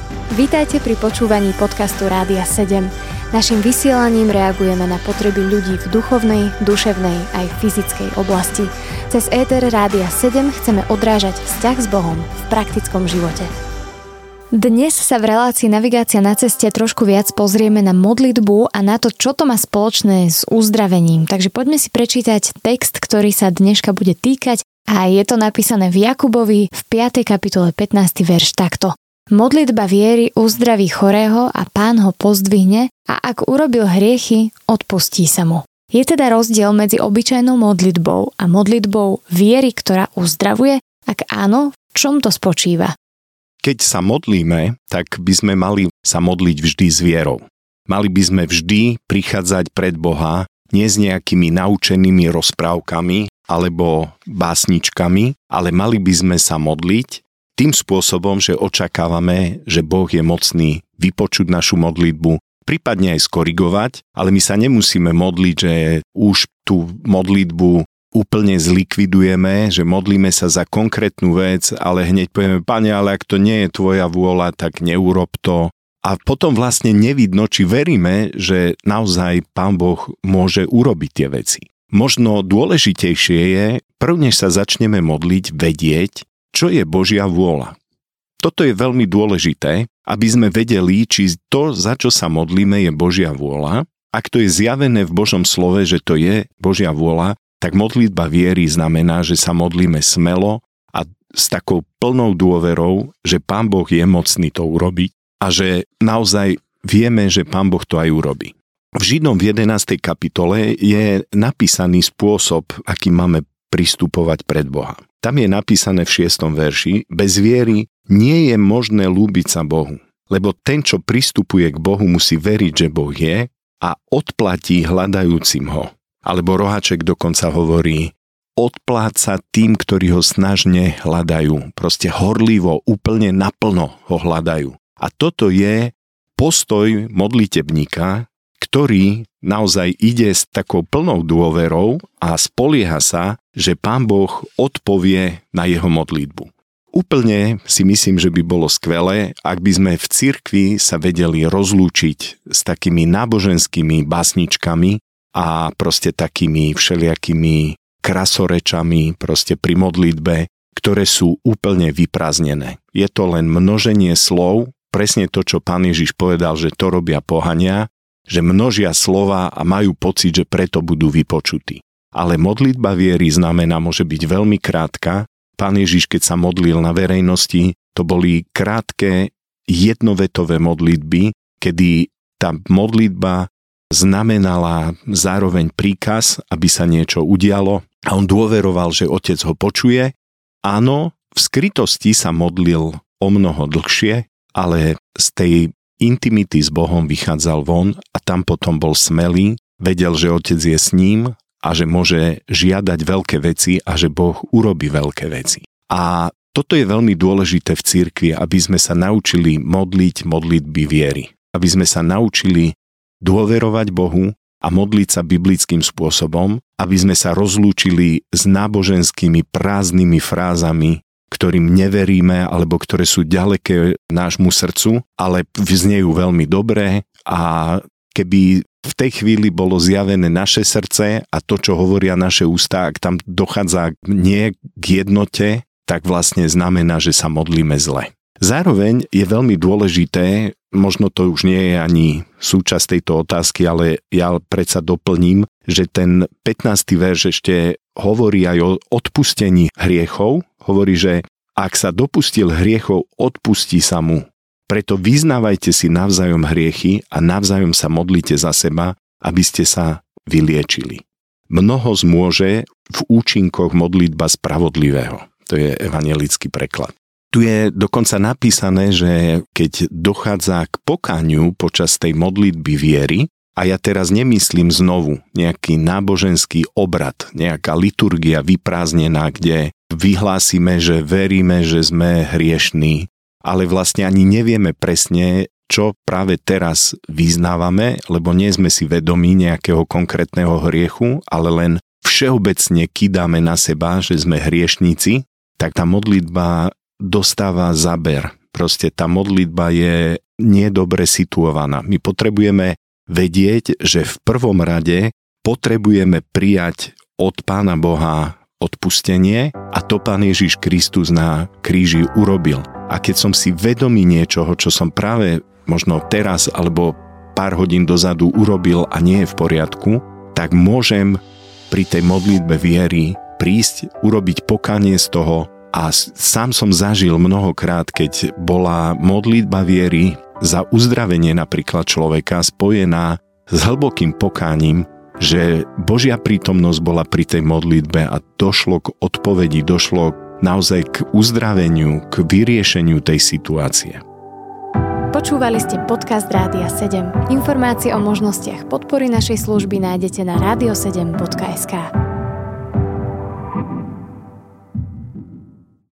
Vítajte pri počúvaní podcastu Rádia 7. Naším vysielaním reagujeme na potreby ľudí v duchovnej, duševnej aj fyzickej oblasti. Cez éter Rádia 7 chceme odrážať vzťah s Bohom v praktickom živote. Dnes sa v relácii Navigácia na ceste trošku viac pozrieme na modlitbu a na to, čo to má spoločné s uzdravením. Takže poďme si prečítať text, ktorý sa dneška bude týkať, a je to napísané v Jakubovi v 5. kapitole 15. verš takto. Modlitba viery uzdraví chorého a Pán ho pozdvihne a ak urobil hriechy, odpustí sa mu. Je teda rozdiel medzi obyčajnou modlitbou a modlitbou viery, ktorá uzdravuje? Ak áno, v čom to spočíva? Keď sa modlíme, tak by sme mali sa modliť vždy s vierou. Mali by sme vždy prichádzať pred Boha nie s nejakými naučenými rozprávkami alebo básničkami, ale mali by sme sa modliť tým spôsobom, že očakávame, že Boh je mocný vypočuť našu modlitbu, prípadne aj skorigovať, ale my sa nemusíme modliť, že už tú modlitbu úplne zlikvidujeme, že modlíme sa za konkrétnu vec, ale hneď povieme, Pane, ale ak to nie je tvoja vôľa, tak neurob to. A potom vlastne nevidno, či veríme, že naozaj Pán Boh môže urobiť tie veci. Možno dôležitejšie je, prv než sa začneme modliť, vedieť, čo je Božia vôľa. Toto je veľmi dôležité, aby sme vedeli, či to, za čo sa modlíme, je Božia vôľa. Ak to je zjavené v Božom slove, že to je Božia vôľa, tak modlitba viery znamená, že sa modlíme smelo a s takou plnou dôverou, že Pán Boh je mocný to urobiť a že naozaj vieme, že Pán Boh to aj urobí. V Židom v 11. kapitole je napísaný spôsob, aký máme pristupovať pred Boha. Tam je napísané v 6. verši, bez viery nie je možné ľúbiť sa Bohu, lebo ten, čo pristupuje k Bohu, musí veriť, že Boh je a odplatí hľadajúcim ho. Alebo Rohaček dokonca hovorí, odpláca tým, ktorí ho snažne hľadajú. Proste horlivo, úplne naplno ho hľadajú. A toto je postoj modlitebníka, ktorý naozaj ide s takou plnou dôverou a spolieha sa, že Pán Boh odpovie na jeho modlitbu. Úplne si myslím, že by bolo skvelé, ak by sme v cirkvi sa vedeli rozlúčiť s takými náboženskými básničkami a proste takými všelijakými krasorečami proste pri modlitbe, ktoré sú úplne vyprázdnené. Je to len množenie slov, presne to, čo Pán Ježiš povedal, že to robia pohania, že množia slova a majú pocit, že preto budú vypočutí. Ale modlitba viery znamená, môže byť veľmi krátka. Pán Ježiš, keď sa modlil na verejnosti, to boli krátke jednovetové modlitby, kedy tá modlitba znamenala zároveň príkaz, aby sa niečo udialo a on dôveroval, že Otec ho počuje. Áno, v skrytosti sa modlil o mnoho dlhšie, ale z tej intimity s Bohom vychádzal von a tam potom bol smelý, vedel, že Otec je s ním a že môže žiadať veľké veci a že Boh urobí veľké veci. A toto je veľmi dôležité v cirkvi, aby sme sa naučili modliť modlitby viery. Aby sme sa naučili dôverovať Bohu a modliť sa biblickým spôsobom, aby sme sa rozlúčili s náboženskými prázdnymi frázami, ktorým neveríme, alebo ktoré sú ďaleké nášmu srdcu, ale vznejú veľmi dobré a keby v tej chvíli bolo zjavené naše srdce a to, čo hovoria naše ústa, ak tam dochádza nie k jednote, tak vlastne znamená, že sa modlíme zle. Zároveň je veľmi dôležité, možno to už nie je ani súčasť tejto otázky, ale ja predsa doplním, že ten 15. verš ešte hovorí aj o odpustení hriechov. Hovorí, že ak sa dopustil hriechov, odpustí sa mu. Preto vyznávajte si navzájom hriechy a navzájom sa modlite za seba, aby ste sa vyliečili. Mnoho zmôže v účinkoch modlitba spravodlivého. To je evangelický preklad. Tu je dokonca napísané, že keď dochádza k pokániu počas tej modlitby viery, a ja teraz nemyslím znovu nejaký náboženský obrad, nejaká liturgia vyprázdnená, kde vyhlásime, že veríme, že sme hriešní, ale vlastne ani nevieme presne, čo práve teraz vyznávame, lebo nie sme si vedomí nejakého konkrétneho hriechu, ale len všeobecne kidáme na seba, že sme hriešníci, tak tá modlitba dostáva záber. Proste tá modlitba je nedobre situovaná. My potrebujeme vedieť, že v prvom rade potrebujeme prijať od Pána Boha odpustenie a to Pán Ježiš Kristus na kríži urobil. A keď som si vedomý niečoho, čo som práve možno teraz alebo pár hodín dozadu urobil a nie je v poriadku, tak môžem pri tej modlitbe viery prísť, urobiť pokánie z toho a sám som zažil mnohokrát, keď bola modlitba viery za uzdravenie napríklad človeka spojená s hlbokým pokáním, že Božia prítomnosť bola pri tej modlitbe a došlo k odpovedi, došlo naozaj k uzdraveniu, k vyriešeniu tej situácie. Počúvali ste podcast Rádia 7. Informácie o možnostiach podpory našej služby nájdete na radio7.sk.